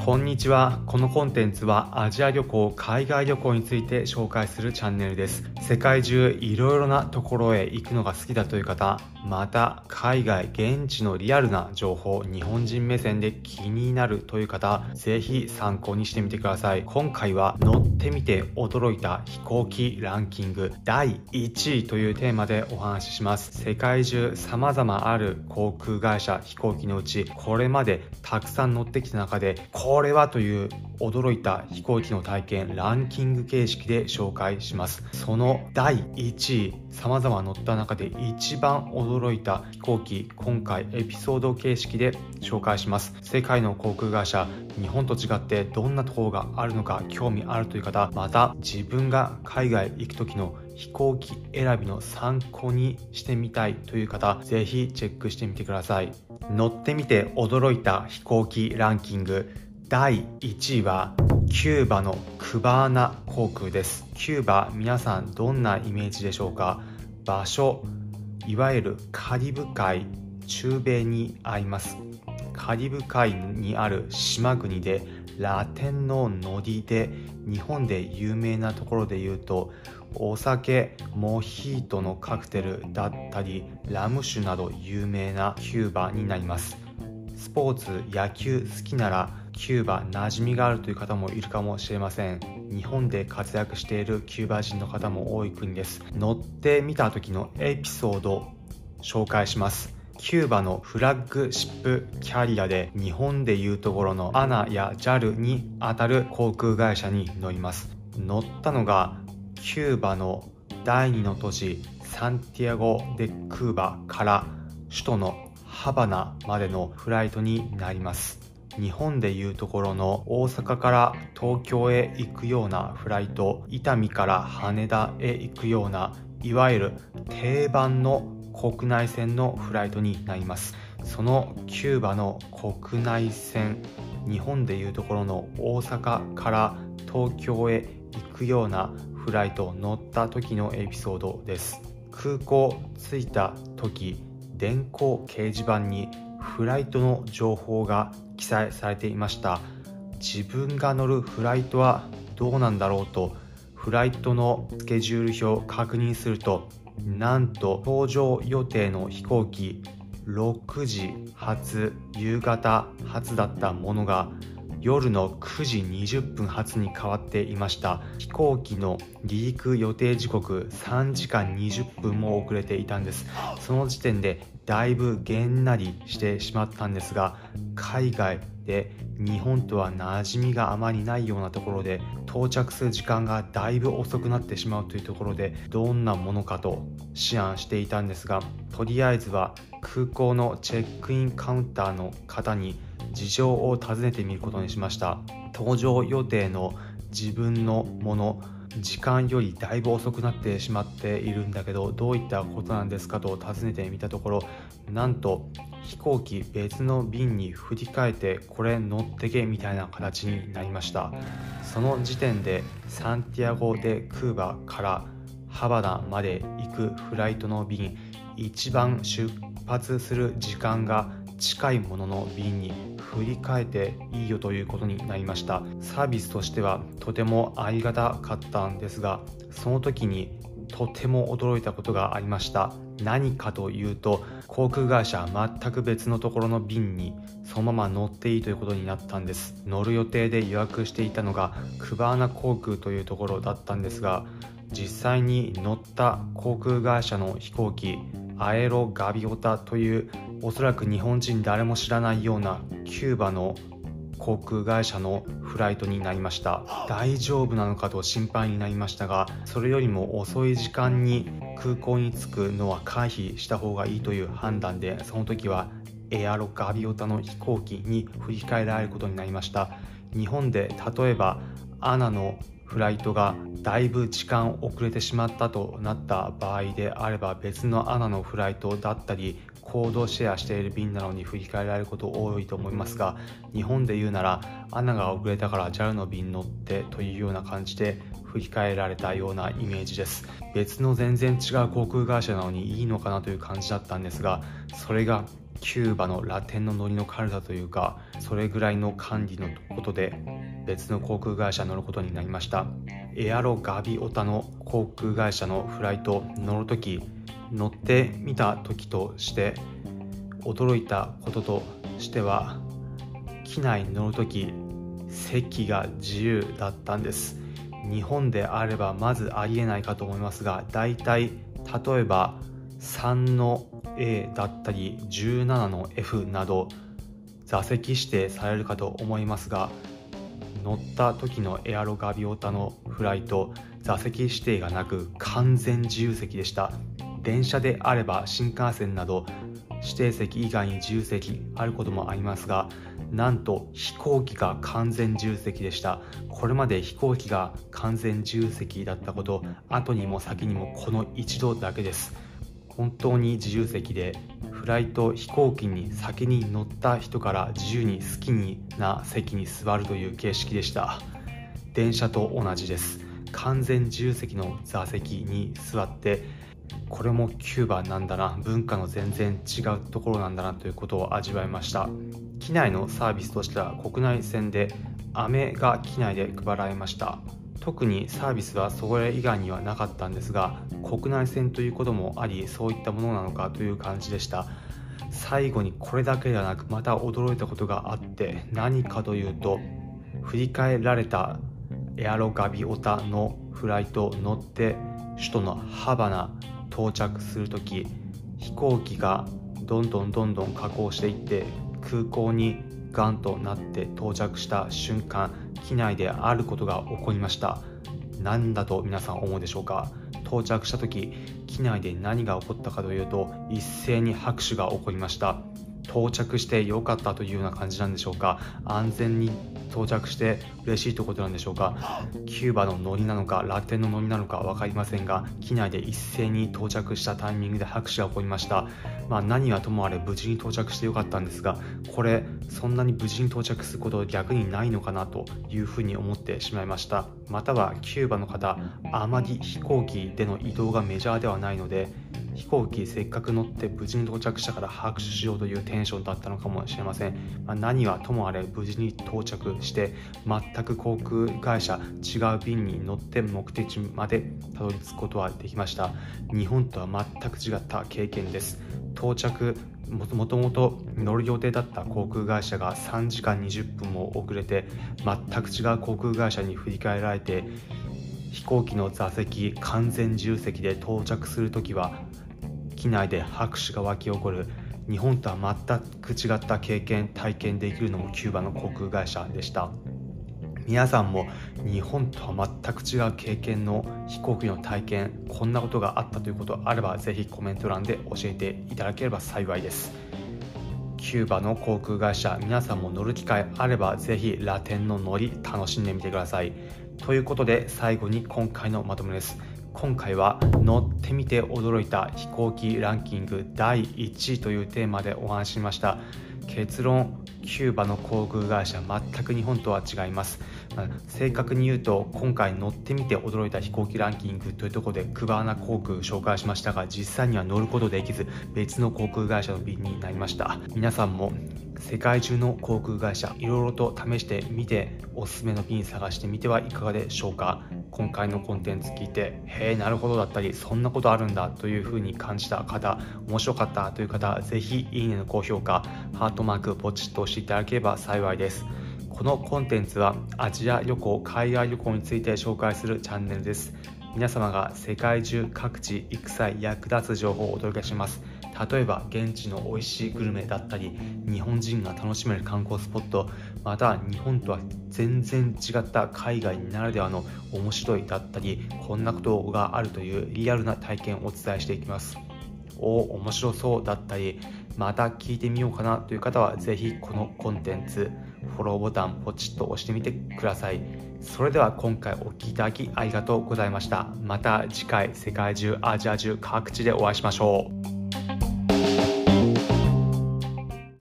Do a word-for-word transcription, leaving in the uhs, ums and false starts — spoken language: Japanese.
こんにちは。このコンテンツはアジア旅行、海外旅行について紹介するチャンネルです。世界中いろいろなところへ行くのが好きだという方、また海外現地のリアルな情報、日本人目線で気になるという方、ぜひ参考にしてみてください。今回は乗ってみて驚いた飛行機ランキングだいいちいというテーマでお話しします。世界中様々ある航空会社、飛行機のうちこれまでたくさん乗ってきた中でこれはという驚いた飛行機の体験ランキング形式で紹介します。そのだいいちい、様々乗った中で一番驚いた飛行機、今回エピソード形式で紹介します。世界の航空会社、日本と違ってどんなところがあるのか興味あるという方、また自分が海外行く時の飛行機選びの参考にしてみたいという方、ぜひチェックしてみてください。乗ってみて驚いた飛行機ランキングだいいちいはキューバのクバーナ航空です。キューバ、皆さんどんなイメージでしょうか。場所、いわゆるカリブ海中米にあります。カリブ海にある島国で、ラテンのノリで日本で有名なところで言うとお酒、モヒートのカクテルだったりラム酒など有名なキューバになります。スポーツ、野球好きならキューバ馴染みがあるという方もいるかもしれません。日本で活躍しているキューバ人の方も多い国です。乗ってみた時のエピソード紹介します。キューバのフラッグシップキャリアで日本でいうところのアナや ジャル にあたる航空会社に乗ります。乗ったのがキューバのだいにの都市サンティアゴ・デ・クーバから首都のハバナまでのフライトになります。日本でいうところの大阪から東京へ行くようなフライト、伊丹から羽田へ行くようないわゆる定番の国内線のフライトになります。そのキューバの国内線、日本でいうところの大阪から東京へ行くようなフライトを乗った時のエピソードです。空港着いた時、電光掲示板にフライトの情報が記載されていました。自分が乗るフライトはどうなんだろうとフライトのスケジュール表を確認すると、なんと搭乗予定の飛行機ろくじ発、夕方発だったものが夜のくじにじゅっぷん発に変わっていました。飛行機の離陸予定時刻さんじかんにじゅっぷんも遅れていたんです。その時点でだいぶげんなりしてしまったんですが、海外で日本とは馴染みがあまりないようなところで到着する時間がだいぶ遅くなってしまうというところで、どんなものかと思案していたんですが、とりあえずは空港のチェックインカウンターの方に事情を尋ねてみることにしました。搭乗予定の自分のもの、時間よりだいぶ遅くなってしまっているんだけどどういったことなんですかと尋ねてみたところ、なんと飛行機別の便に振り替えてこれ乗ってけみたいな形になりました。その時点でサンティアゴ・デ・クーバからハバナまで行くフライトの便、一番出発する時間が近いものの便に振り替えていいよということになりました。サービスとしてはとてもありがたかったんですが、その時にとても驚いたことがありました。何かというと、航空会社全く別のところの便にそのまま乗っていいということになったんです。乗る予定で予約していたのがクバーナ航空というところだったんですが、実際に乗った航空会社の飛行機アエロガビオタというおそらく日本人誰も知らないようなキューバの航空会社のフライトになりました。大丈夫なのかと心配になりましたが、それよりも遅い時間に空港に着くのは回避した方がいいという判断で、その時はエアロガビオタの飛行機に振り替えられることになりました。日本で例えばアナのフライトがだいぶ時間遅れてしまったとなった場合であれば、別のアナのフライトだったりコードシェアしている便なのに振り替えられること多いと思いますが、日本で言うならアナが遅れたから ジャル の便乗ってというような感じで振り替えられたようなイメージです。別の全然違う航空会社なのにいいのかなという感じだったんですが、それがキューバのラテンのノリの軽さというか、それぐらいの管理のことで別の航空会社に乗ることになりました。エアロガビオタの航空会社のフライト乗るとき、乗ってみた時として驚いたこととしては、機内に乗るとき席が自由だったんです。日本であればまずありえないかと思いますが、だいたい例えばさんの エー だったりじゅうななの エフ など座席指定されるかと思いますが、乗った時のエアロガビオタのフライト、座席指定がなく完全自由席でした。電車であれば新幹線など指定席以外に自由席あることもありますが、なんと飛行機が完全自由席でした。これまで飛行機が完全自由席だったこと、後にも先にもこの一度だけです。本当に自由席で、フライト飛行機に先に乗った人から自由に好きな席に座るという形式でした。電車と同じです。完全自由席の座席に座って、これもキューバなんだな、文化の全然違うところなんだなということを味わいました。機内のサービスとしては国内線で飴が機内で配られました。特にサービスはそれ以外にはなかったんですが、国内線ということもあり、そういったものなのかという感じでした。最後にこれだけではなく、また驚いたことがあって、何かというと、振り返られたエアロガビオタのフライトを乗って首都のハバナ到着するとき、飛行機がどんどんどんどん下降していって空港にガンとなって到着した瞬間、機内であることが起こりました。何だと皆さん思うでしょうか。到着した時、機内で何が起こったかというと、一斉に拍手が起こりました。到着して良かったというような感じなんでしょうか。安全に到着して嬉しいということなんでしょうか。キューバのノリなのかラテンのノリなのか分かりませんが、機内で一斉に到着したタイミングで拍手が起こりました。まあ、何はともあれ無事に到着して良かったんですが、これそんなに無事に到着すること逆にないのかなというふうに思ってしまいました。またはキューバの方、あまり飛行機での移動がメジャーではないので、飛行機せっかく乗って無事に到着したから拍手しようというテンションだったのかもしれません。まあ、何はともあれ無事に到着して全く航空会社違う便に乗って目的地までたどり着くことはできました。日本とは全く違った経験です。到着もともともと乗る予定だった航空会社がさんじかんにじゅっぷんも遅れて全く違う航空会社に振り替えられて、飛行機の座席完全自由席で到着するときは機内で拍手が沸き起こる。日本とは全く違った経験体験できるのもキューバの航空会社でした。皆さんも日本とは全く違う経験の飛行機の体験、こんなことがあったということがあればぜひコメント欄で教えていただければ幸いです。キューバの航空会社、皆さんも乗る機会あればぜひラテンのノリ楽しんでみてください。ということで最後に今回のまとめです。今回は乗ってみて驚いた飛行機ランキングだいいちいというテーマでお話ししました。結論、キューバの航空会社全く日本とは違います。正確に言うと今回乗ってみて驚いた飛行機ランキングというところでクバーナ航空紹介しましたが、実際には乗ることできず別の航空会社の便になりました。皆さんも世界中の航空会社いろいろと試してみておすすめの便探してみてはいかがでしょうか。今回のコンテンツ聞いてへえなるほどだったりそんなことあるんだというふうに感じた方、面白かったという方、ぜひいいねの高評価、ハートマークポチッと押していただければ幸いです。このコンテンツはアジア旅行、海外旅行について紹介するチャンネルです。皆様が世界中各地行く際役立つ情報をお届けします。例えば現地の美味しいグルメだったり、日本人が楽しめる観光スポット、また日本とは全然違った海外ならではの面白いだったり、こんなことがあるというリアルな体験をお伝えしていきます。お面白そうだったり、また聞いてみようかなという方はぜひこのコンテンツフォローボタンポチッと押してみてください。それでは今回お聞きいただきありがとうございました。また次回世界中アジア中各地でお会いしましょう。